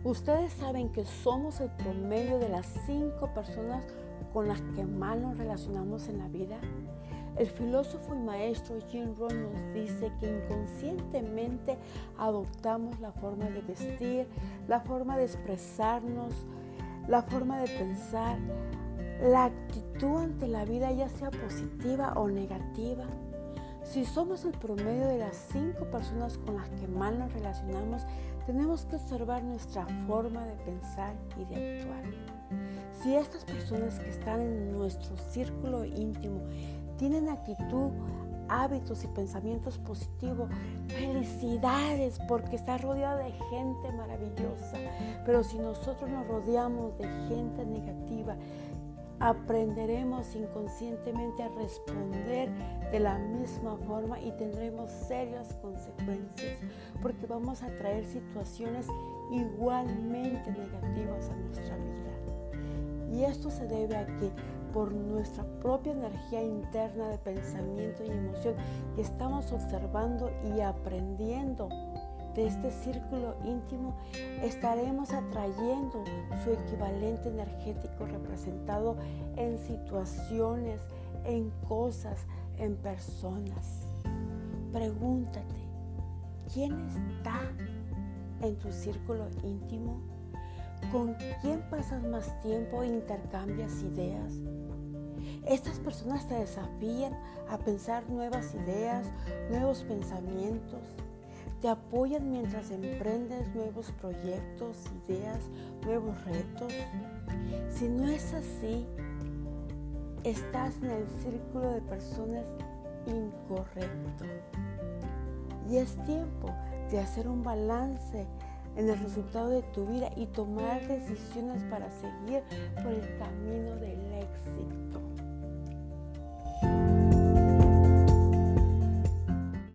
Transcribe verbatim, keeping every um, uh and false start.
Ustedes saben que somos el promedio de las cinco personas con las que más nos relacionamos en la vida. El filósofo y maestro Jim Rohn nos dice que inconscientemente adoptamos la forma de vestir, la forma de expresarnos, la forma de pensar, la actitud ante la vida, ya sea positiva o negativa. Si somos el promedio de las cinco personas con las que más nos relacionamos, tenemos que observar nuestra forma de pensar y de actuar. Si estas personas que están en nuestro círculo íntimo tienen actitud, hábitos y pensamientos positivos, felicidades, porque está rodeada de gente maravillosa. Pero si nosotros nos rodeamos de gente negativa, aprenderemos inconscientemente a responder de la misma forma y tendremos serias consecuencias, porque vamos a traer situaciones igualmente negativas a nuestra vida. Y esto se debe a que por nuestra propia energía interna de pensamiento y emoción que estamos observando y aprendiendo de este círculo íntimo, estaremos atrayendo su equivalente energético representado en situaciones, en cosas, en personas. Pregúntate, ¿quién está en tu círculo íntimo? ¿Con quién pasas más tiempo e intercambias ideas? Estas personas te desafían a pensar nuevas ideas, nuevos pensamientos. Te apoyan mientras emprendes nuevos proyectos, ideas, nuevos retos. Si no es así, estás en el círculo de personas incorrecto. Y es tiempo de hacer un balance en el resultado de tu vida y tomar decisiones para seguir por el camino del éxito.